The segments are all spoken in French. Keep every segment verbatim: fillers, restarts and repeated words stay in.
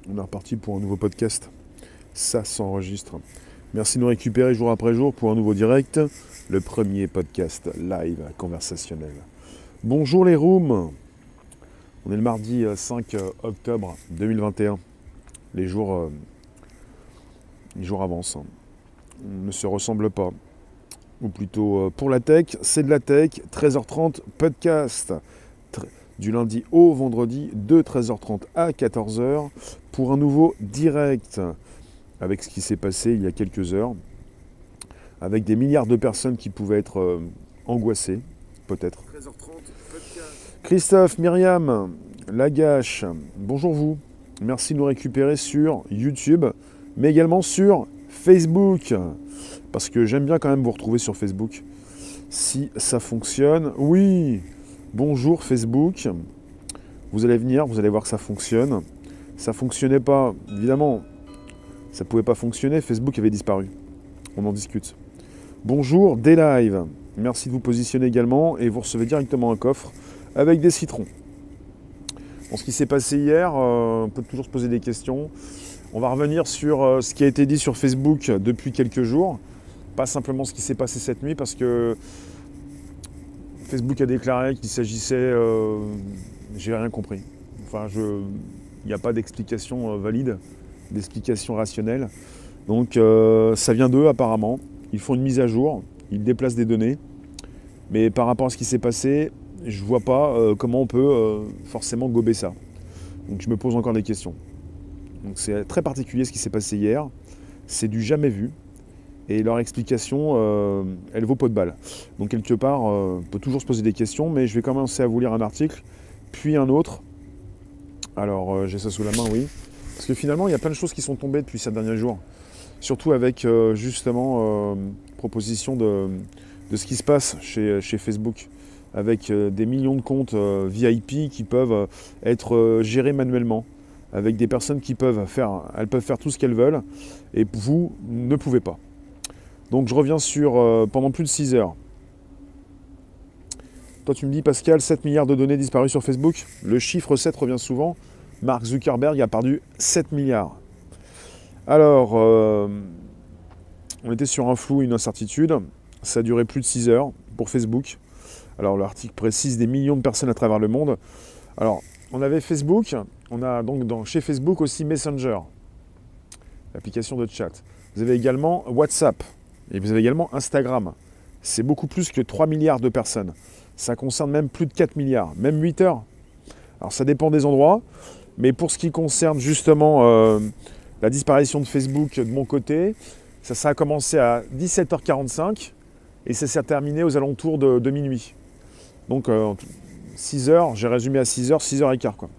On est reparti pour un nouveau podcast. Ça s'enregistre. Merci de nous récupérer jour après jour pour un nouveau direct. Le premier podcast live conversationnel. Bonjour les rooms. On est le mardi cinq octobre deux mille vingt et un. Les jours, euh, les jours avancent. On ne se ressemble pas. Ou plutôt euh, pour la tech, c'est de la tech. treize heures trente, podcast. Du lundi au vendredi de treize heures trente à quatorze heures pour un nouveau direct avec ce qui s'est passé il y a quelques heures, avec des milliards de personnes qui pouvaient être euh, angoissées, peut-être. treize heures trente, podcast. Christophe, Myriam, Lagache, bonjour vous. Merci de nous récupérer sur YouTube, mais également sur Facebook, parce que j'aime bien quand même vous retrouver sur Facebook. Si ça fonctionne, oui. Bonjour Facebook, vous allez venir, vous allez voir que ça fonctionne. Ça fonctionnait pas, évidemment, ça pouvait pas fonctionner, Facebook avait disparu. On en discute. Bonjour Daylive, merci de vous positionner également et vous recevez directement un coffre avec des citrons. Bon, ce qui s'est passé hier, euh, on peut toujours se poser des questions. On va revenir sur euh, ce qui a été dit sur Facebook depuis quelques jours, pas simplement ce qui s'est passé cette nuit parce que Facebook a déclaré qu'il s'agissait... Euh, j'ai rien compris. Enfin, je, il n'y a pas d'explication euh, valide, d'explication rationnelle. Donc, euh, ça vient d'eux apparemment. Ils font une mise à jour, ils déplacent des données. Mais par rapport à ce qui s'est passé, je ne vois pas euh, comment on peut euh, forcément gober ça. Donc, je me pose encore des questions. Donc, c'est très particulier ce qui s'est passé hier. C'est du jamais vu. Et leur explication, euh, elle vaut pas de balle. Donc quelque part, euh, on peut toujours se poser des questions, mais je vais commencer à vous lire un article, puis un autre. Alors, euh, j'ai ça sous la main, oui. Parce que finalement, il y a plein de choses qui sont tombées depuis ces derniers jours. Surtout avec, euh, justement, euh, proposition de, de ce qui se passe chez, chez Facebook. Avec euh, des millions de comptes euh, V I P qui peuvent euh, être euh, gérés manuellement. Avec des personnes qui peuvent faire, elles peuvent faire tout ce qu'elles veulent. Et vous ne pouvez pas. Donc je reviens sur euh, pendant plus de six heures. Toi tu me dis Pascal, sept milliards de données disparues sur Facebook. Le chiffre sept revient souvent. Mark Zuckerberg a perdu sept milliards. Alors, euh, on était sur un flou, une incertitude. Ça a duré plus de six heures pour Facebook. Alors l'article précise des millions de personnes à travers le monde. Alors, on avait Facebook, on a donc dans, chez Facebook aussi Messenger, l'application de chat. Vous avez également WhatsApp. Et vous avez également Instagram. C'est beaucoup plus que trois milliards de personnes. Ça concerne même plus de quatre milliards, même huit heures. Alors ça dépend des endroits. Mais pour ce qui concerne justement euh, la disparition de Facebook de mon côté, ça, ça a commencé à dix-sept heures quarante-cinq et ça s'est terminé aux alentours de, de minuit. Donc euh, six heures, j'ai résumé à six heures, six heures quinze quoi.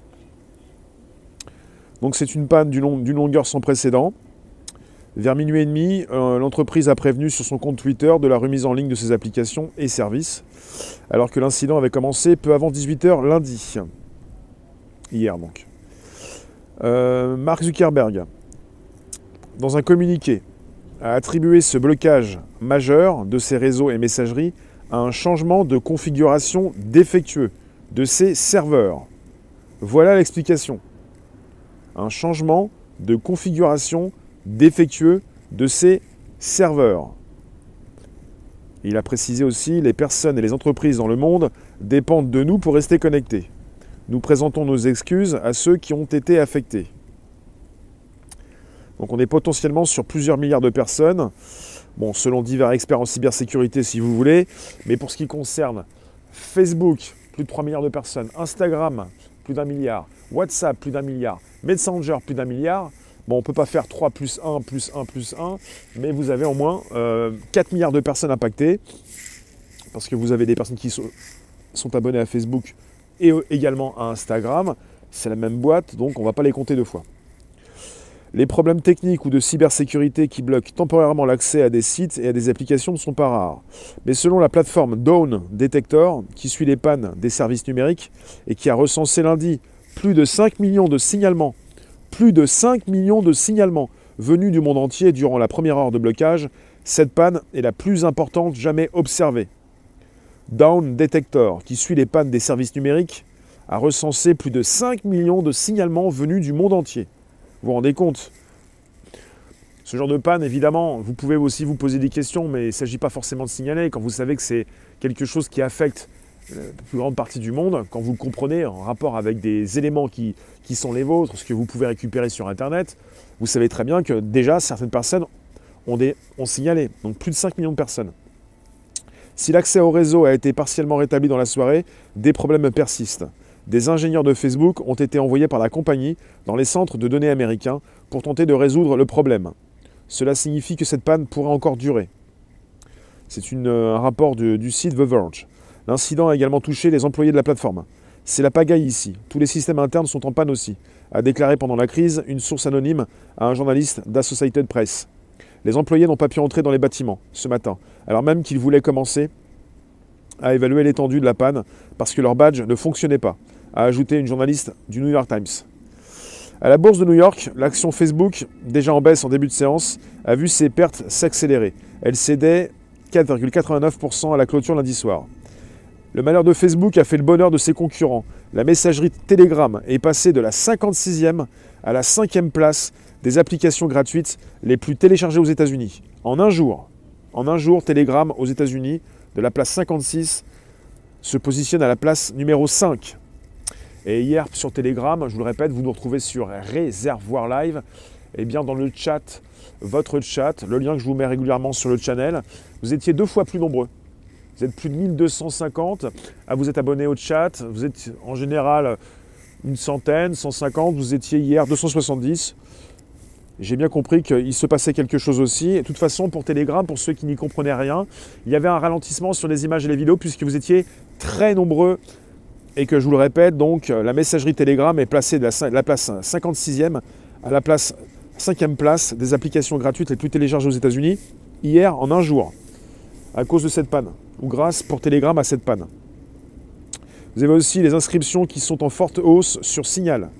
Donc c'est une panne d'une, long, d'une longueur sans précédent. Vers minuit et demi, euh, l'entreprise a prévenu sur son compte Twitter de la remise en ligne de ses applications et services, alors que l'incident avait commencé peu avant dix-huit heures lundi. Hier donc. Euh, Mark Zuckerberg, dans un communiqué, a attribué ce blocage majeur de ses réseaux et messageries à un changement de configuration défectueux de ses serveurs. Voilà l'explication. Un changement de configuration défectueux de ses serveurs. Il a précisé aussi, les personnes et les entreprises dans le monde dépendent de nous pour rester connectés. Nous présentons nos excuses à ceux qui ont été affectés. Donc on est potentiellement sur plusieurs milliards de personnes, bon, selon divers experts en cybersécurité si vous voulez, mais pour ce qui concerne Facebook, plus de trois milliards de personnes, Instagram, plus d'un milliard, WhatsApp, plus d'un milliard, Messenger, plus d'un milliard. Bon, on ne peut pas faire trois plus un plus un plus un, mais vous avez au moins euh, quatre milliards de personnes impactées, parce que vous avez des personnes qui sont, sont abonnées à Facebook et également à Instagram. C'est la même boîte, donc on ne va pas les compter deux fois. Les problèmes techniques ou de cybersécurité qui bloquent temporairement l'accès à des sites et à des applications ne sont pas rares. Mais selon la plateforme Dawn Detector, qui suit les pannes des services numériques et qui a recensé lundi plus de cinq millions de signalements, plus de cinq millions de signalements venus du monde entier durant la première heure de blocage, cette panne est la plus importante jamais observée. Dawn Detector, qui suit les pannes des services numériques, a recensé plus de cinq millions de signalements venus du monde entier. Vous vous rendez compte? Ce genre de panne, évidemment, vous pouvez aussi vous poser des questions, mais il ne s'agit pas forcément de signaler. Quand vous savez que c'est quelque chose qui affecte la plus grande partie du monde, quand vous le comprenez en rapport avec des éléments qui, qui sont les vôtres, ce que vous pouvez récupérer sur Internet, vous savez très bien que déjà, certaines personnes ont, des, ont signalé. Donc plus de cinq millions de personnes. Si l'accès au réseau a été partiellement rétabli dans la soirée, des problèmes persistent. Des ingénieurs de Facebook ont été envoyés par la compagnie dans les centres de données américains pour tenter de résoudre le problème. Cela signifie que cette panne pourrait encore durer. C'est une, un rapport de, du site The Verge. L'incident a également touché les employés de la plateforme. C'est la pagaille ici. Tous les systèmes internes sont en panne aussi, a déclaré pendant la crise une source anonyme à un journaliste d'Associated Press. Les employés n'ont pas pu entrer dans les bâtiments ce matin, alors même qu'ils voulaient commencer à évaluer l'étendue de la panne parce que leur badge ne fonctionnait pas, a ajouté une journaliste du New York Times. À la bourse de New York, l'action Facebook, déjà en baisse en début de séance, a vu ses pertes s'accélérer. Elle cédait quatre virgule quatre-vingt-neuf pour cent à la clôture lundi soir. Le malheur de Facebook a fait le bonheur de ses concurrents. La messagerie Telegram est passée de la cinquante-sixième à la cinquième place des applications gratuites les plus téléchargées aux États-Unis. En un jour, en un jour, Telegram aux États-Unis, de la place cinquante-six, se positionne à la place numéro cinq. Et hier, sur Telegram, je vous le répète, vous nous retrouvez sur Réservoir Live. Et bien dans le chat, votre chat, le lien que je vous mets régulièrement sur le channel, vous étiez deux fois plus nombreux. Vous êtes plus de mille deux cent cinquante à vous être abonnés au chat. Vous êtes en général une centaine, cent cinquante. Vous étiez hier deux cent soixante-dix. J'ai bien compris qu'il se passait quelque chose aussi. Et de toute façon, pour Telegram, pour ceux qui n'y comprenaient rien, il y avait un ralentissement sur les images et les vidéos puisque vous étiez très nombreux. Et que je vous le répète, donc la messagerie Telegram est placée de la, la place cinquante-sixième à la place cinquième place des applications gratuites les plus téléchargées aux États-Unis hier en un jour, à cause de cette panne, ou grâce pour Telegram à cette panne. Vous avez aussi les inscriptions qui sont en forte hausse sur Signal.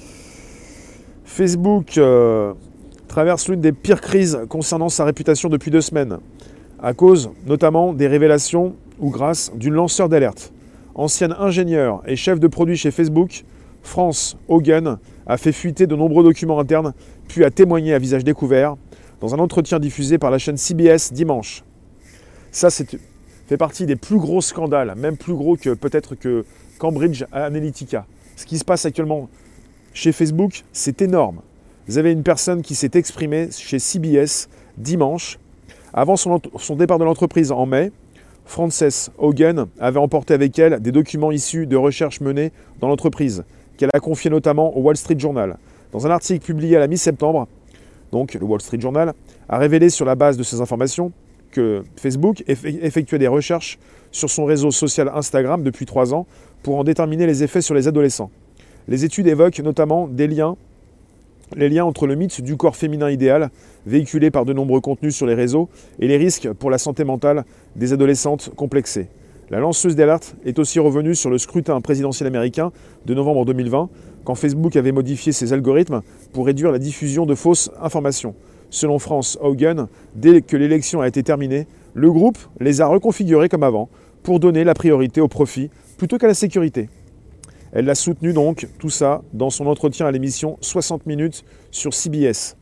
Facebook euh, traverse l'une des pires crises concernant sa réputation depuis deux semaines, à cause notamment des révélations ou grâce d'une lanceur d'alerte. Ancienne ingénieure et chef de produit chez Facebook, France Hogan a fait fuiter de nombreux documents internes, puis a témoigné à visage découvert dans un entretien diffusé par la chaîne C B S dimanche. Ça, c'est, fait partie des plus gros scandales, même plus gros que peut-être que Cambridge Analytica. Ce qui se passe actuellement chez Facebook, c'est énorme. Vous avez une personne qui s'est exprimée chez C B S dimanche, avant son, son départ de l'entreprise en mai. Frances Hogan avait emporté avec elle des documents issus de recherches menées dans l'entreprise, qu'elle a confiés notamment au Wall Street Journal. Dans un article publié à la mi-septembre, donc le Wall Street Journal a révélé sur la base de ces informations que Facebook effectuait des recherches sur son réseau social Instagram depuis trois ans pour en déterminer les effets sur les adolescents. Les études évoquent notamment des liens les liens entre le mythe du corps féminin idéal, véhiculé par de nombreux contenus sur les réseaux, et les risques pour la santé mentale des adolescentes complexées. La lanceuse d'alerte est aussi revenue sur le scrutin présidentiel américain de novembre deux mille vingt, quand Facebook avait modifié ses algorithmes pour réduire la diffusion de fausses informations. Selon France Hogan, dès que l'élection a été terminée, le groupe les a reconfigurés comme avant, pour donner la priorité au profit plutôt qu'à la sécurité. Elle l'a soutenu donc, tout ça, dans son entretien à l'émission soixante minutes sur C B S.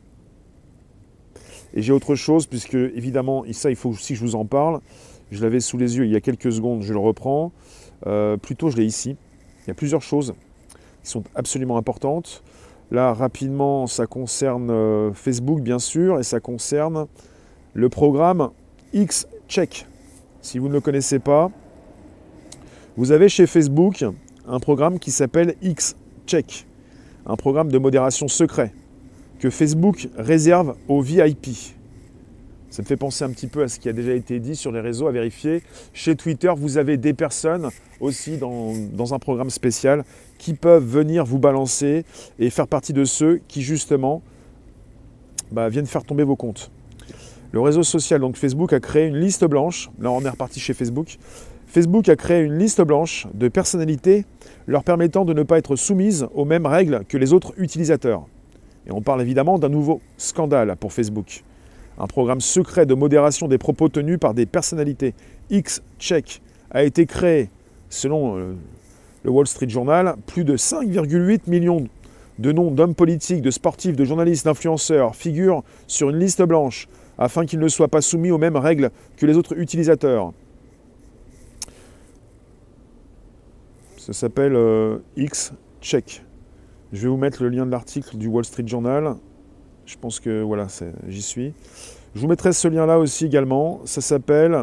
Et j'ai autre chose, puisque évidemment, ça il faut aussi que je vous en parle. Je l'avais sous les yeux il y a quelques secondes, je le reprends. Euh, plutôt, je l'ai ici. Il y a plusieurs choses qui sont absolument importantes. Là, rapidement, ça concerne euh, Facebook, bien sûr, et ça concerne le programme X-Check. Si vous ne le connaissez pas, vous avez chez Facebook un programme qui s'appelle X-Check, un programme de modération secret que Facebook réserve aux V I P. Ça me fait penser un petit peu à ce qui a déjà été dit sur les réseaux, à vérifier. Chez Twitter, vous avez des personnes aussi dans, dans un programme spécial qui peuvent venir vous balancer et faire partie de ceux qui justement bah, viennent faire tomber vos comptes. Le réseau social, donc Facebook, a créé une liste blanche. Là, on est reparti chez Facebook. Facebook a créé une liste blanche de personnalités leur permettant de ne pas être soumises aux mêmes règles que les autres utilisateurs. Et on parle évidemment d'un nouveau scandale pour Facebook. Un programme secret de modération des propos tenus par des personnalités X-Check a été créé, selon le Wall Street Journal, plus de cinq virgule huit millions de noms d'hommes politiques, de sportifs, de journalistes, d'influenceurs figurent sur une liste blanche afin qu'ils ne soient pas soumis aux mêmes règles que les autres utilisateurs. Ça s'appelle euh, X-Check. Je vais vous mettre le lien de l'article du Wall Street Journal. Je pense que voilà, j'y suis. Je vous mettrai ce lien-là aussi également. Ça s'appelle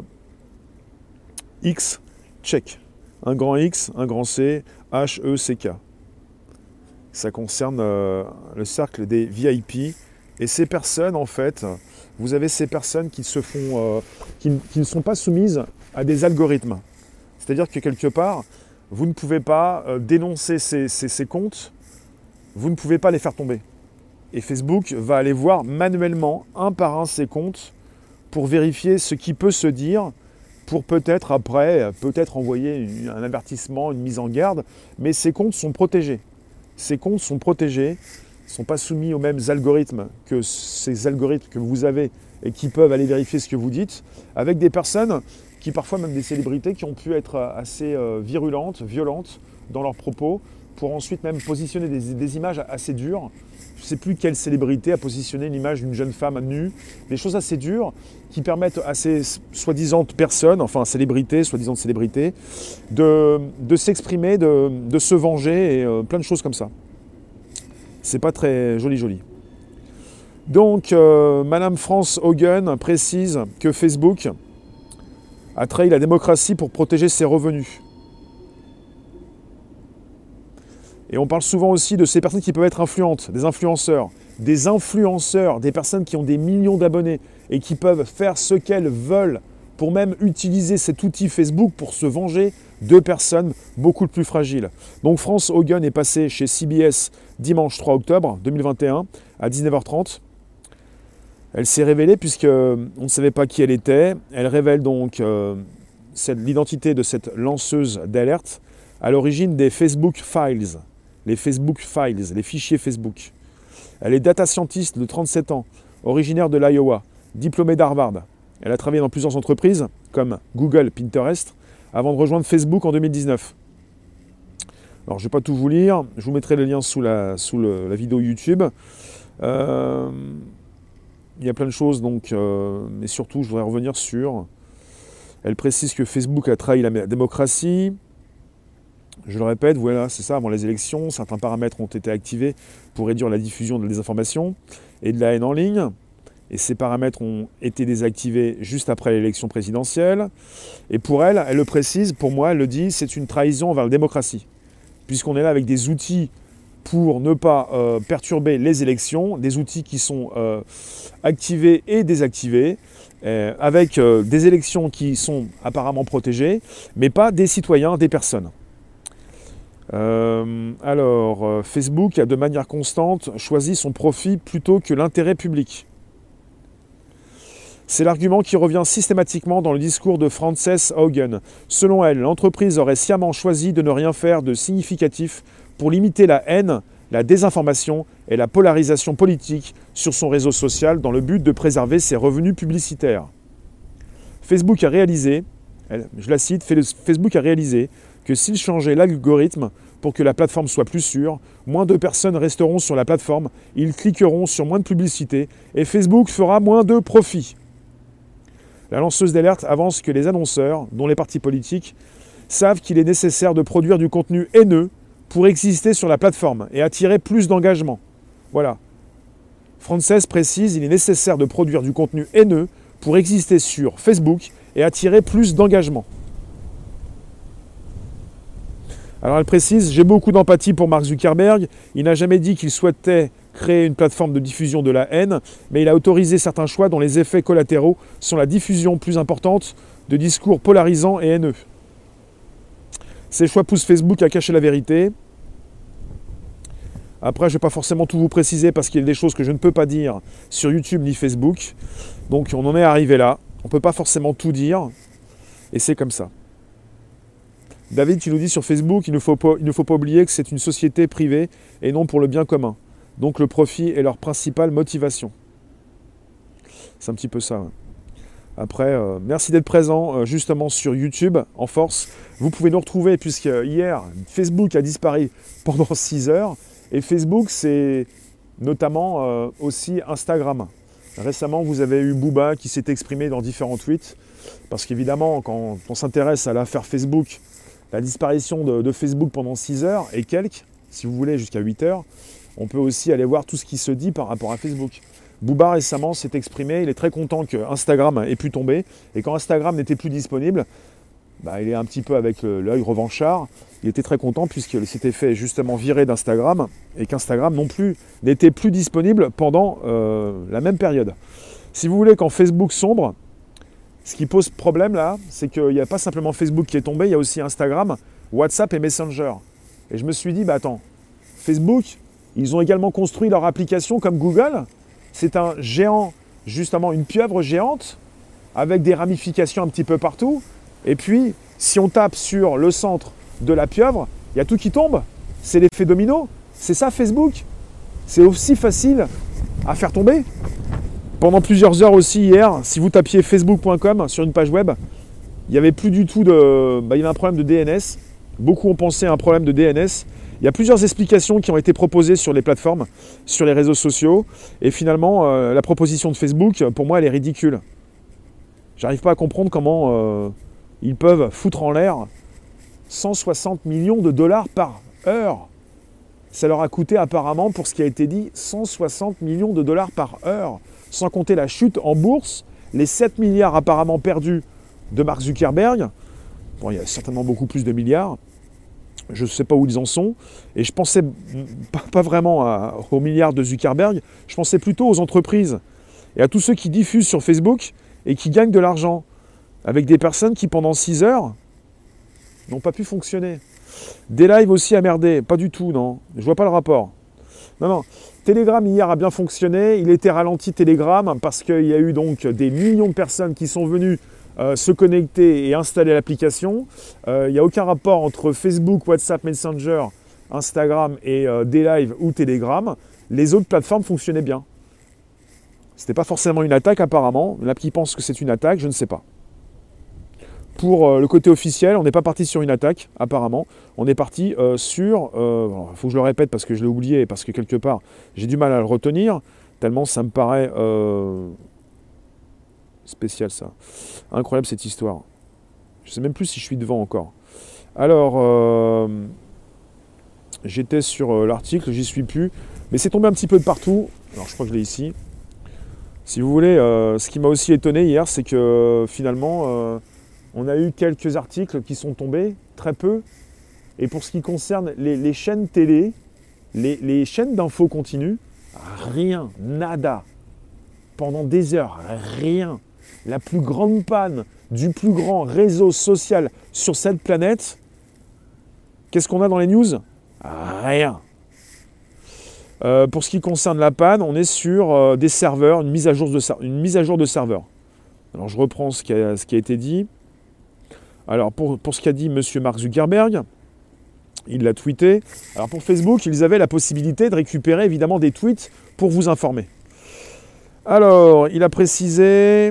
X-Check. Un grand X, un grand C, H E C K. Ça concerne euh, le cercle des V I P. Et ces personnes, en fait, vous avez ces personnes qui, se font, euh, qui, qui ne sont pas soumises à des algorithmes. C'est-à-dire que quelque part, vous ne pouvez pas euh, dénoncer ces, ces, ces comptes, vous ne pouvez pas les faire tomber. Et Facebook va aller voir manuellement, un par un, ces comptes pour vérifier ce qui peut se dire, pour peut-être après, peut-être envoyer une, un avertissement, une mise en garde, mais ces comptes sont protégés. Ces comptes sont protégés, ne sont pas soumis aux mêmes algorithmes que ces algorithmes que vous avez et qui peuvent aller vérifier ce que vous dites, avec des personnes qui, parfois même des célébrités, qui ont pu être assez euh, virulentes, violentes dans leurs propos, pour ensuite même positionner des, des images assez dures. Je ne sais plus quelle célébrité a positionné une image d'une jeune femme nue, des choses assez dures qui permettent à ces soi-disant personnes, enfin célébrités, soi-disant célébrités, de, de s'exprimer, de, de se venger et euh, plein de choses comme ça. C'est pas très joli joli. Donc, euh, Madame France Hogan précise que Facebook a trahi la démocratie pour protéger ses revenus. Et on parle souvent aussi de ces personnes qui peuvent être influentes, des influenceurs. Des influenceurs, des personnes qui ont des millions d'abonnés et qui peuvent faire ce qu'elles veulent pour même utiliser cet outil Facebook pour se venger de personnes beaucoup plus fragiles. Donc France Hogan est passée chez C B S dimanche trois octobre deux mille vingt et un à dix-neuf heures trente. Elle s'est révélée puisqu'on ne savait pas qui elle était. Elle révèle donc euh, l'identité de cette lanceuse d'alerte à l'origine des Facebook Files. Les Facebook Files, les fichiers Facebook. Elle est data scientist de trente-sept ans, originaire de l'Iowa, diplômée d'Harvard. Elle a travaillé dans plusieurs entreprises, comme Google, Pinterest, avant de rejoindre Facebook en deux mille dix-neuf. Alors, je ne vais pas tout vous lire, je vous mettrai le lien sous la, sous le, la vidéo YouTube. Euh, il y a plein de choses, donc, euh, mais surtout, je voudrais revenir sur... Elle précise que Facebook a trahi la démocratie. Je le répète, voilà, c'est ça, avant les élections, certains paramètres ont été activés pour réduire la diffusion de la désinformation et de la haine en ligne. Et ces paramètres ont été désactivés juste après l'élection présidentielle. Et pour elle, elle le précise, pour moi, elle le dit, c'est une trahison envers la démocratie. Puisqu'on est là avec des outils pour ne pas euh, perturber les élections, des outils qui sont euh, activés et désactivés, euh, avec euh, des élections qui sont apparemment protégées, mais pas des citoyens, des personnes. Euh, alors, euh, Facebook a de manière constante choisi son profit plutôt que l'intérêt public. C'est l'argument qui revient systématiquement dans le discours de Frances Haugen. Selon elle, l'entreprise aurait sciemment choisi de ne rien faire de significatif pour limiter la haine, la désinformation et la polarisation politique sur son réseau social dans le but de préserver ses revenus publicitaires. Facebook a réalisé, je la cite, Facebook a réalisé que s'il changeait l'algorithme pour que la plateforme soit plus sûre, moins de personnes resteront sur la plateforme, ils cliqueront sur moins de publicité et Facebook fera moins de profit. La lanceuse d'alerte avance que les annonceurs, dont les partis politiques, savent qu'il est nécessaire de produire du contenu haineux pour exister sur la plateforme et attirer plus d'engagement. Voilà. Frances précise qu'il est nécessaire de produire du contenu haineux pour exister sur Facebook et attirer plus d'engagement. Alors elle précise, j'ai beaucoup d'empathie pour Mark Zuckerberg, il n'a jamais dit qu'il souhaitait créer une plateforme de diffusion de la haine, mais il a autorisé certains choix dont les effets collatéraux sont la diffusion plus importante de discours polarisants et haineux. Ces choix poussent Facebook à cacher la vérité. Après, je ne vais pas forcément tout vous préciser parce qu'il y a des choses que je ne peux pas dire sur YouTube ni Facebook. Donc on en est arrivé là, on ne peut pas forcément tout dire, et c'est comme ça. David, tu nous dis sur Facebook, il ne faut pas, il ne faut pas oublier que c'est une société privée et non pour le bien commun. Donc le profit est leur principale motivation. C'est un petit peu ça. Ouais. Après, euh, merci d'être présent euh, justement sur YouTube en force. Vous pouvez nous retrouver puisque hier, Facebook a disparu pendant six heures Et Facebook, c'est notamment euh, aussi Instagram. Récemment, vous avez eu Booba qui s'est exprimé dans différents tweets, parce qu'évidemment, quand on s'intéresse à l'affaire Facebook, la disparition de, de Facebook pendant six heures et quelques, si vous voulez jusqu'à huit heures, on peut aussi aller voir tout ce qui se dit par rapport à Facebook. Booba récemment s'est exprimé, il est très content que Instagram ait pu tomber, et quand Instagram n'était plus disponible, bah, il est un petit peu avec l'œil revanchard, il était très content puisqu'il s'était fait justement virer d'Instagram, et qu'Instagram non plus n'était plus disponible pendant euh, la même période. Si vous voulez, quand Facebook sombre, ce qui pose problème là, c'est qu'il n'y a pas simplement Facebook qui est tombé, il y a aussi Instagram, WhatsApp et Messenger. Et je me suis dit, bah attends, Facebook, ils ont également construit leur application comme Google. C'est un géant, justement une pieuvre géante, avec des ramifications un petit peu partout. Et puis, si on tape sur le centre de la pieuvre, il y a tout qui tombe. C'est l'effet domino. C'est ça Facebook. C'est aussi facile à faire tomber. Pendant plusieurs heures aussi hier, si vous tapiez facebook point com sur une page web, il n'y avait plus du tout de... Bah, il y avait un problème de D N S. Beaucoup ont pensé à un problème de D N S. Il y a plusieurs explications qui ont été proposées sur les plateformes, sur les réseaux sociaux. Et finalement, euh, la proposition de Facebook, pour moi, elle est ridicule. J'arrive pas à comprendre comment euh, ils peuvent foutre en l'air cent soixante millions de dollars par heure. Ça leur a coûté apparemment, pour ce qui a été dit, cent soixante millions de dollars par heure. Sans compter la chute en bourse, les sept milliards apparemment perdus de Mark Zuckerberg. Bon, il y a certainement beaucoup plus de milliards. Je ne sais pas où ils en sont. Et je pensais pas, pas vraiment à, aux milliards de Zuckerberg, je pensais plutôt aux entreprises et à tous ceux qui diffusent sur Facebook et qui gagnent de l'argent avec des personnes qui, pendant six heures, n'ont pas pu fonctionner. Des lives aussi à merder, pas du tout, non. Je vois pas le rapport. Non, non. Telegram hier a bien fonctionné. Il était ralenti Telegram parce qu'il y a eu donc des millions de personnes qui sont venues Euh, se connecter et installer l'application. Euh, il n'y a aucun rapport entre Facebook, WhatsApp, Messenger, Instagram et euh, D-Live ou Telegram. Les autres plateformes fonctionnaient bien. Ce n'était pas forcément une attaque apparemment. Là qui pense que c'est une attaque, je ne sais pas. Pour euh, le côté officiel, on n'est pas parti sur une attaque apparemment. On est parti euh, sur... Il euh, faut que je le répète parce que je l'ai oublié, parce que quelque part j'ai du mal à le retenir, tellement ça me paraît... Euh, spécial ça. Incroyable cette histoire. Je ne sais même plus si je suis devant encore. Alors, euh, j'étais sur euh, l'article, j'y suis plus. Mais c'est tombé un petit peu de partout. Alors je crois que je l'ai ici. Si vous voulez, euh, ce qui m'a aussi étonné hier, c'est que euh, finalement, euh, on a eu quelques articles qui sont tombés, très peu. Et pour ce qui concerne les, les chaînes télé, les, les chaînes d'infos continues, rien, nada. Pendant des heures, rien. La plus grande panne du plus grand réseau social sur cette planète, qu'est-ce qu'on a dans les news? Rien. Euh, pour ce qui concerne la panne, on est sur euh, des serveurs, une mise à jour de, une mise à jour de serveurs. Alors je reprends ce qui a, ce qui a été dit. Alors pour, pour ce qu'a dit M. Mark Zuckerberg, il l'a tweeté. Alors pour Facebook, ils avaient la possibilité de récupérer évidemment des tweets pour vous informer. Alors, il a précisé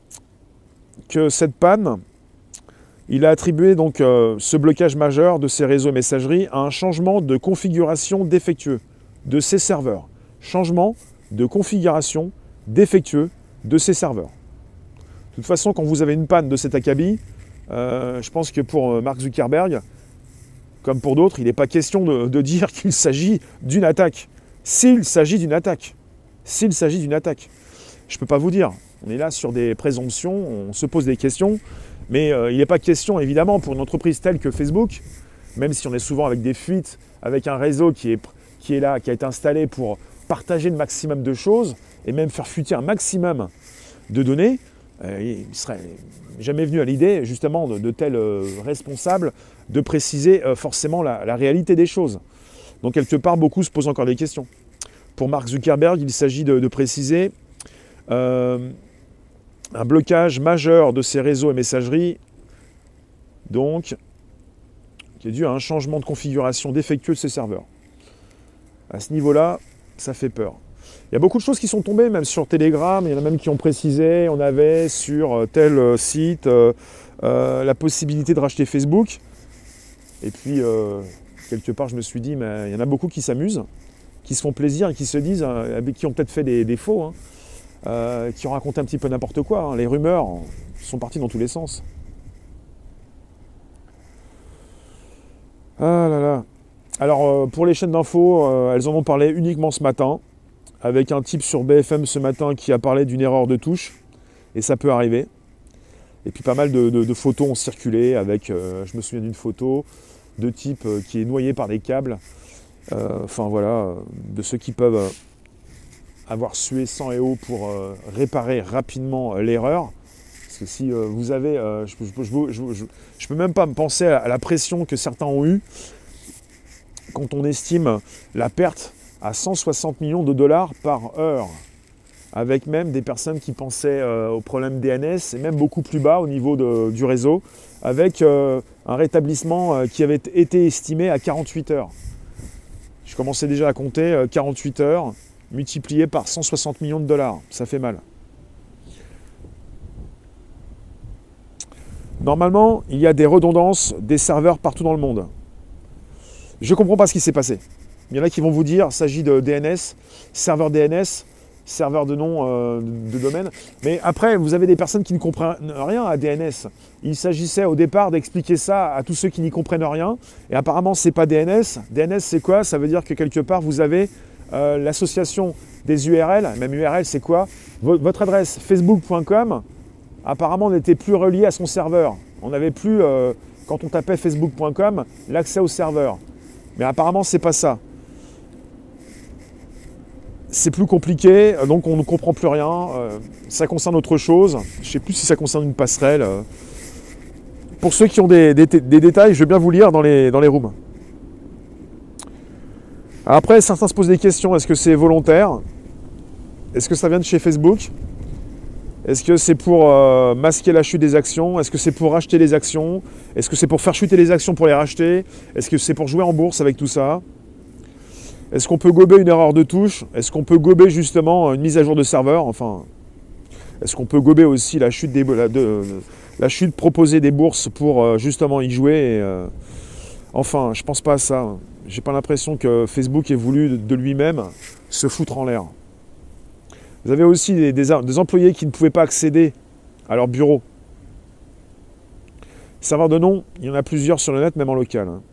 que cette panne, il a attribué donc euh, ce blocage majeur de ces réseaux messagerie à un changement de configuration défectueux de ces serveurs. Changement de configuration défectueux de ces serveurs. De toute façon, quand vous avez une panne de cet acabit, euh, je pense que pour Mark Zuckerberg, comme pour d'autres, il n'est pas question de, de dire qu'il s'agit d'une attaque. S'il s'agit d'une attaque. S'il s'agit d'une attaque. Je ne peux pas vous dire. On est là sur des présomptions, on se pose des questions, mais euh, il n'est pas question, évidemment, pour une entreprise telle que Facebook, même si on est souvent avec des fuites, avec un réseau qui est, qui est là, qui a été installé pour partager le maximum de choses, et même faire fuiter un maximum de données, euh, il ne serait jamais venu à l'idée, justement, de, de tels euh, responsables, de préciser euh, forcément la, la réalité des choses. Donc, quelque part, beaucoup se posent encore des questions. Pour Mark Zuckerberg, il s'agit de, de préciser euh, un blocage majeur de ces réseaux et messageries, donc, qui est dû à un changement de configuration défectueux de ces serveurs. À ce niveau-là, ça fait peur. Il y a beaucoup de choses qui sont tombées, même sur Telegram, il y en a même qui ont précisé, on avait sur tel site euh, euh, la possibilité de racheter Facebook. Et puis, euh, quelque part, je me suis dit, mais il y en a beaucoup qui s'amusent. qui se font plaisir et qui se disent, euh, qui ont peut-être fait des, des faux, hein, euh, qui ont raconté un petit peu n'importe quoi. Hein. Les rumeurs sont parties dans tous les sens. Ah là là. Alors, euh, pour les chaînes d'infos, euh, elles en ont parlé uniquement ce matin, avec un type sur B F M ce matin qui a parlé d'une erreur de touche, et ça peut arriver. Et puis pas mal de, de, de photos ont circulé avec, euh, je me souviens d'une photo de type euh, qui est noyé par des câbles. Euh, enfin voilà, euh, de ceux qui peuvent euh, avoir sué sang et eau pour euh, réparer rapidement euh, l'erreur. Parce que si euh, vous avez, euh, je, je, je, je, je, je peux même pas me penser à la pression que certains ont eue quand on estime la perte à cent soixante millions de dollars par heure. Avec même des personnes qui pensaient euh, au problème D N S, et même beaucoup plus bas au niveau de, du réseau, avec euh, un rétablissement euh, qui avait été estimé à quarante-huit heures. Je commençais déjà à compter euh, quarante-huit heures, multiplié par cent soixante millions de dollars. Ça fait mal. Normalement, il y a des redondances des serveurs partout dans le monde. Je ne comprends pas ce qui s'est passé. Il y en a qui vont vous dire qu'il s'agit de D N S, serveur D N S, serveur de nom euh, de domaine. Mais après, vous avez des personnes qui ne comprennent rien à D N S. Il s'agissait au départ d'expliquer ça à tous ceux qui n'y comprennent rien. Et apparemment, ce n'est pas D N S. D N S, c'est quoi? Ça veut dire que quelque part, vous avez euh, l'association des U R L. Même U R L, c'est quoi? Votre adresse facebook point com, apparemment, n'était plus reliée à son serveur. On n'avait plus, euh, quand on tapait facebook point com, l'accès au serveur. Mais apparemment, c'est pas ça. C'est plus compliqué, donc on ne comprend plus rien. Euh, ça concerne autre chose. Je ne sais plus si ça concerne une passerelle. Euh. Pour ceux qui ont des, des, des détails, je vais bien vous lire dans les, dans les rooms. Après, certains se posent des questions. Est-ce que c'est volontaire? Est-ce que ça vient de chez Facebook? Est-ce que c'est pour euh, masquer la chute des actions? Est-ce que c'est pour racheter les actions? Est-ce que c'est pour faire chuter les actions pour les racheter? Est-ce que c'est pour jouer en bourse avec tout ça? Est-ce qu'on peut gober une erreur de touche? Est-ce qu'on peut gober justement une mise à jour de serveur? Enfin, est-ce qu'on peut gober aussi la chute, des, la, de, la chute proposée des bourses pour euh, justement y jouer et, euh, enfin, je pense pas à ça. J'ai pas l'impression que Facebook ait voulu de, de lui-même se foutre en l'air. Vous avez aussi des, des, des employés qui ne pouvaient pas accéder à leur bureau. Serveurs de nom, il y en a plusieurs sur le net, même en local. Hein.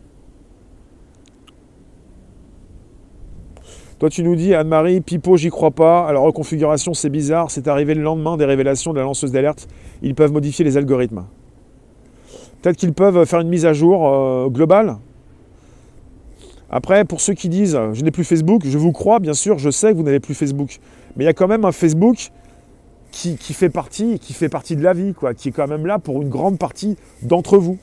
Toi, tu nous dis, Anne-Marie, Pipo, j'y crois pas. À la reconfiguration, c'est bizarre. C'est arrivé le lendemain des révélations de la lanceuse d'alerte. Ils peuvent modifier les algorithmes. Peut-être qu'ils peuvent faire une mise à jour euh, globale. Après, pour ceux qui disent, je n'ai plus Facebook, je vous crois, bien sûr, je sais que vous n'avez plus Facebook. Mais il y a quand même un Facebook qui, qui fait partie, qui fait partie de la vie, quoi, qui est quand même là pour une grande partie d'entre vous.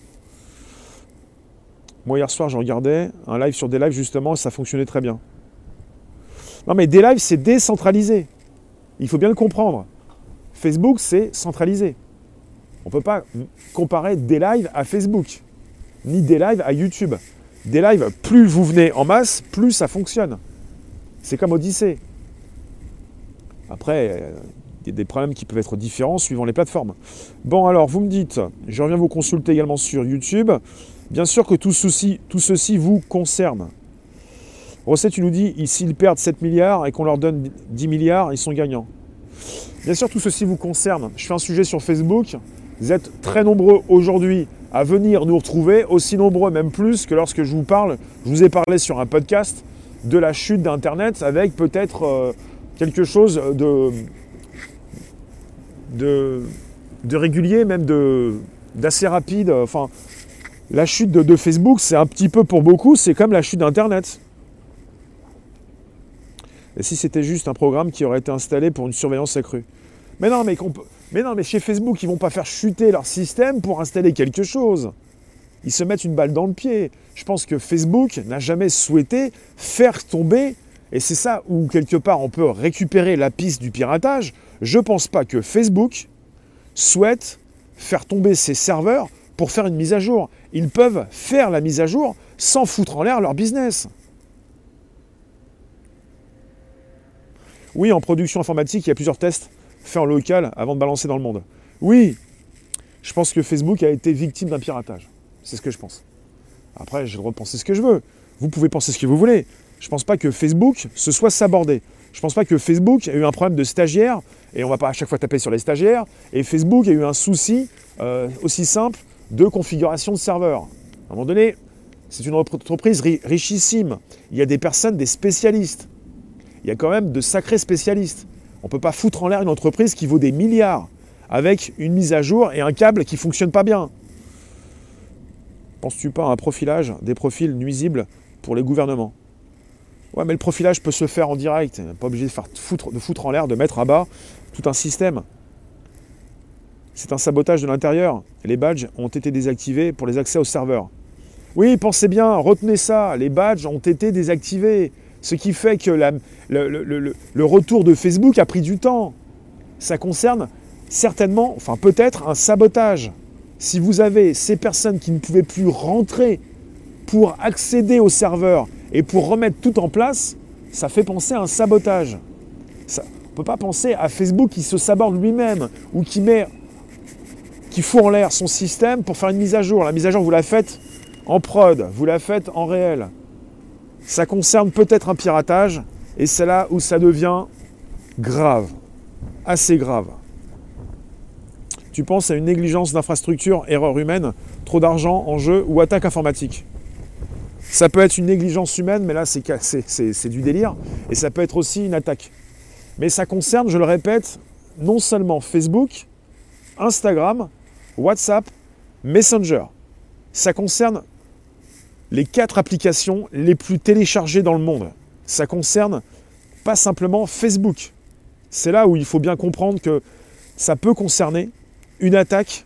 Moi, hier soir, je regardais un live sur des lives, justement, et ça fonctionnait très bien. Non, mais des lives, c'est décentralisé. Il faut bien le comprendre. Facebook, c'est centralisé. On ne peut pas comparer des lives à Facebook, ni des lives à YouTube. Des lives, plus vous venez en masse, plus ça fonctionne. C'est comme Odyssée. Après, il y a des problèmes qui peuvent être différents suivant les plateformes. Bon, alors, vous me dites, je reviens vous consulter également sur YouTube. Bien sûr que tout ceci, tout ceci vous concerne. Rosset, tu nous dis, s'ils perdent sept milliards et qu'on leur donne dix milliards, ils sont gagnants. Bien sûr, tout ceci vous concerne. Je fais un sujet sur Facebook. Vous êtes très nombreux aujourd'hui à venir nous retrouver, aussi nombreux, même plus, que lorsque je vous parle. Je vous ai parlé sur un podcast de la chute d'Internet avec peut-être euh, quelque chose de, de, de régulier, même de, d'assez rapide. Enfin, la chute de, de Facebook, c'est un petit peu pour beaucoup, c'est comme la chute d'Internet. Et si c'était juste un programme qui aurait été installé pour une surveillance accrue? Mais non, mais, mais non, mais chez Facebook, ils ne vont pas faire chuter leur système pour installer quelque chose. Ils se mettent une balle dans le pied. Je pense que Facebook n'a jamais souhaité faire tomber, et c'est ça où quelque part on peut récupérer la piste du piratage. Je ne pense pas que Facebook souhaite faire tomber ses serveurs pour faire une mise à jour. Ils peuvent faire la mise à jour sans foutre en l'air leur business. Oui, en production informatique, il y a plusieurs tests faits en local avant de balancer dans le monde. Oui, je pense que Facebook a été victime d'un piratage. C'est ce que je pense. Après, j'ai le droit de penser ce que je veux. Vous pouvez penser ce que vous voulez. Je ne pense pas que Facebook se soit sabordé. Je ne pense pas que Facebook a eu un problème de stagiaires, et on ne va pas à chaque fois taper sur les stagiaires, et Facebook a eu un souci euh, aussi simple de configuration de serveur. À un moment donné, c'est une entreprise ri richissime. Il y a des personnes, des spécialistes. Il y a quand même de sacrés spécialistes. On ne peut pas foutre en l'air une entreprise qui vaut des milliards avec une mise à jour et un câble qui ne fonctionne pas bien. Penses-tu pas à un profilage des profils nuisibles pour les gouvernements? Ouais, mais le profilage peut se faire en direct. Pas obligé de, faire foutre, de foutre en l'air, de mettre à bas tout un système. C'est un sabotage de l'intérieur. Les badges ont été désactivés pour les accès au serveur. Oui, pensez bien, retenez ça. Les badges ont été désactivés. Ce qui fait que la, le, le, le, le retour de Facebook a pris du temps. Ça concerne certainement, enfin peut-être, un sabotage. Si vous avez ces personnes qui ne pouvaient plus rentrer pour accéder au serveur et pour remettre tout en place, ça fait penser à un sabotage. Ça, on ne peut pas penser à Facebook qui se saborde lui-même ou qui met, qui fout en l'air son système pour faire une mise à jour. La mise à jour, vous la faites en prod, vous la faites en réel. Ça concerne peut-être un piratage et c'est là où ça devient grave, assez grave. Tu penses à une négligence d'infrastructure, erreur humaine, trop d'argent en jeu ou attaque informatique? Ça peut être une négligence humaine, mais là c'est du délire, et ça peut être aussi une attaque. Mais ça concerne, je le répète, non seulement Facebook, Instagram, WhatsApp, Messenger. Ça concerne les quatre applications les plus téléchargées dans le monde. Ça concerne pas simplement Facebook. C'est là où il faut bien comprendre que ça peut concerner une attaque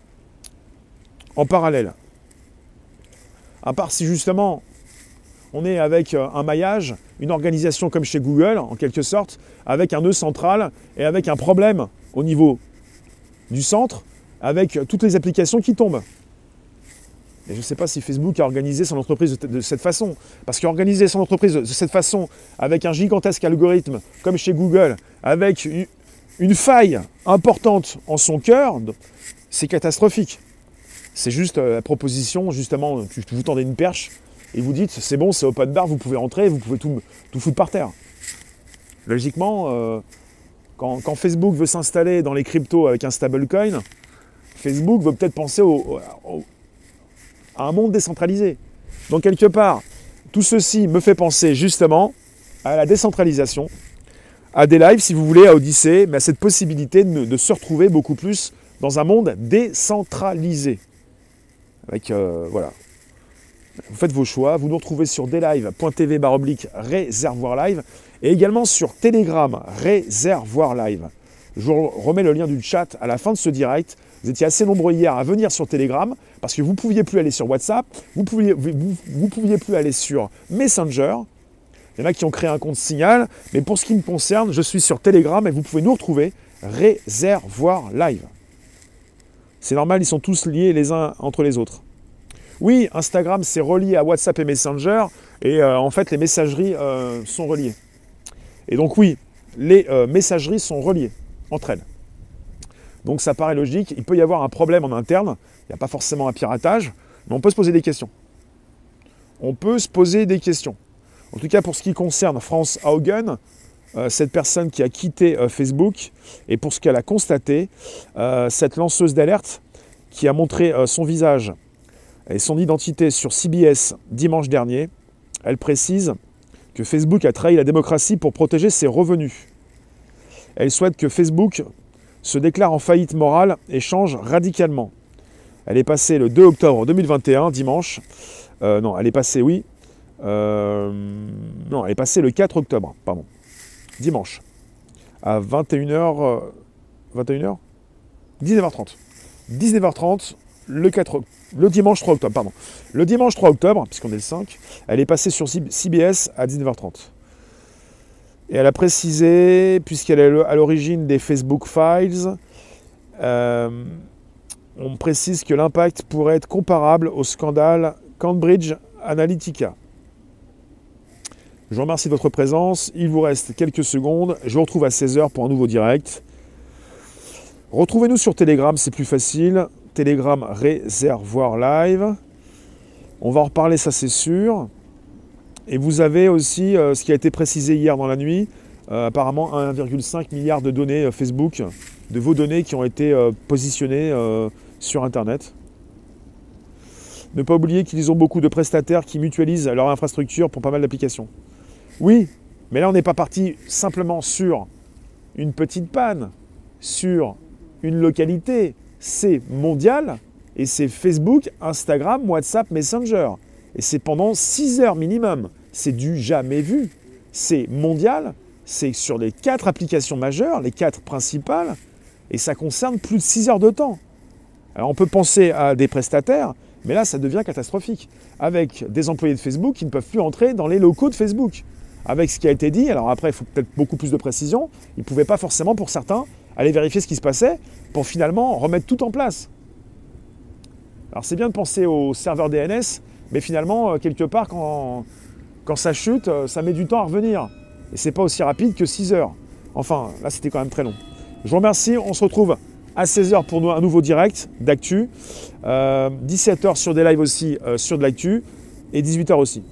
en parallèle. À part si justement on est avec un maillage, une organisation comme chez Google, en quelque sorte, avec un nœud central et avec un problème au niveau du centre, avec toutes les applications qui tombent. Et je ne sais pas si Facebook a organisé son entreprise de, de cette façon. Parce qu'organiser son entreprise de cette façon, avec un gigantesque algorithme, comme chez Google, avec une, une faille importante en son cœur, c'est catastrophique. C'est juste euh, la proposition, justement, tu, vous tendez une perche et vous dites, c'est bon, c'est open bar, vous pouvez entrer, vous pouvez tout, tout foutre par terre. Logiquement, euh, quand, quand Facebook veut s'installer dans les cryptos avec un stablecoin, Facebook veut peut-être penser au, au à un monde décentralisé. Donc quelque part, tout ceci me fait penser justement à la décentralisation, à des lives, si vous voulez, à Odyssée, mais à cette possibilité de, de se retrouver beaucoup plus dans un monde décentralisé. Avec, euh, voilà. Vous faites vos choix, vous nous retrouvez sur dlive point tv barre oblique réservoir live et également sur Telegram réservoir live. Je vous remets le lien du chat à la fin de ce direct. Vous étiez assez nombreux hier à venir sur Telegram parce que vous ne pouviez plus aller sur WhatsApp, vous ne pouviez, vous, vous pouviez plus aller sur Messenger. Il y en a qui ont créé un compte Signal, mais pour ce qui me concerne, je suis sur Telegram et vous pouvez nous retrouver réservoir live. C'est normal, ils sont tous liés les uns entre les autres. Oui, Instagram, c'est relié à WhatsApp et Messenger, et euh, en fait, les messageries euh, sont reliées. Et donc oui, les euh, messageries sont reliées entre elles. Donc ça paraît logique, il peut y avoir un problème en interne, il n'y a pas forcément un piratage, mais on peut se poser des questions. On peut se poser des questions. En tout cas, pour ce qui concerne Franz Haugen, euh, cette personne qui a quitté euh, Facebook, et pour ce qu'elle a constaté, euh, cette lanceuse d'alerte qui a montré euh, son visage et son identité sur C B S dimanche dernier, elle précise que Facebook a trahi la démocratie pour protéger ses revenus. Elle souhaite que Facebook se déclare en faillite morale et change radicalement. Elle est passée le deux octobre deux mille vingt et un, dimanche. Euh, non, elle est passée, oui. Euh, non, elle est passée le quatre octobre, pardon. Dimanche. À vingt et une heures... Euh, vingt et une heures dix-neuf heures trente. dix-neuf heures trente, le, quatre, le dimanche trois octobre, pardon. Le dimanche trois octobre, puisqu'on est le cinq, elle est passée sur C B S à dix-neuf heures trente. Et elle a précisé, puisqu'elle est à l'origine des Facebook Files, euh, on précise que l'impact pourrait être comparable au scandale Cambridge Analytica. Je vous remercie de votre présence. Il vous reste quelques secondes. Je vous retrouve à seize heures pour un nouveau direct. Retrouvez-nous sur Telegram, c'est plus facile. Telegram réservoir live. On va en reparler, ça c'est sûr. Et vous avez aussi euh, ce qui a été précisé hier dans la nuit, euh, apparemment un virgule cinq milliard de données euh, Facebook, de vos données qui ont été euh, positionnées euh, sur Internet. Ne pas oublier qu'ils ont beaucoup de prestataires qui mutualisent leur infrastructure pour pas mal d'applications. Oui, mais là on n'est pas parti simplement sur une petite panne, sur une localité. C'est mondial et c'est Facebook, Instagram, WhatsApp, Messenger. Et c'est pendant six heures minimum. C'est du jamais vu. C'est mondial, c'est sur les quatre applications majeures, les quatre principales, et ça concerne plus de six heures de temps. Alors on peut penser à des prestataires, mais là ça devient catastrophique. Avec des employés de Facebook qui ne peuvent plus entrer dans les locaux de Facebook. Avec ce qui a été dit, alors après il faut peut-être beaucoup plus de précision, ils ne pouvaient pas forcément pour certains aller vérifier ce qui se passait pour finalement remettre tout en place. Alors c'est bien de penser au serveur D N S, mais finalement, quelque part, quand, quand ça chute, ça met du temps à revenir. Et c'est pas aussi rapide que six heures. Enfin, là, c'était quand même très long. Je vous remercie. On se retrouve à seize heures pour un nouveau direct d'actu. Euh, dix-sept heures sur des lives aussi euh, sur de l'actu. Et dix-huit heures aussi.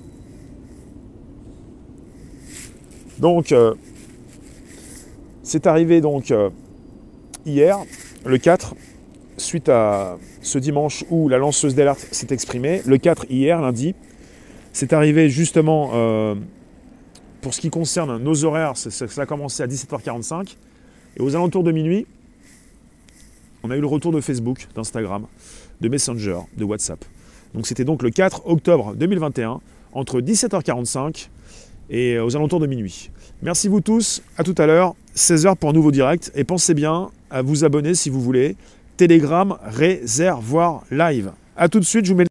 Donc, euh, c'est arrivé donc euh, hier, le quatre, suite à ce dimanche où la lanceuse d'alerte s'est exprimée, le quatre hier, lundi, c'est arrivé justement euh, pour ce qui concerne nos horaires, ça a commencé à dix-sept heures quarante-cinq, et aux alentours de minuit, on a eu le retour de Facebook, d'Instagram, de Messenger, de WhatsApp. Donc c'était donc le quatre octobre deux mille vingt et un, entre dix-sept heures quarante-cinq et aux alentours de minuit. Merci vous tous, à tout à l'heure, seize heures pour un nouveau direct, et pensez bien à vous abonner si vous voulez. Telegram Réservoir Live. A tout de suite, je vous mets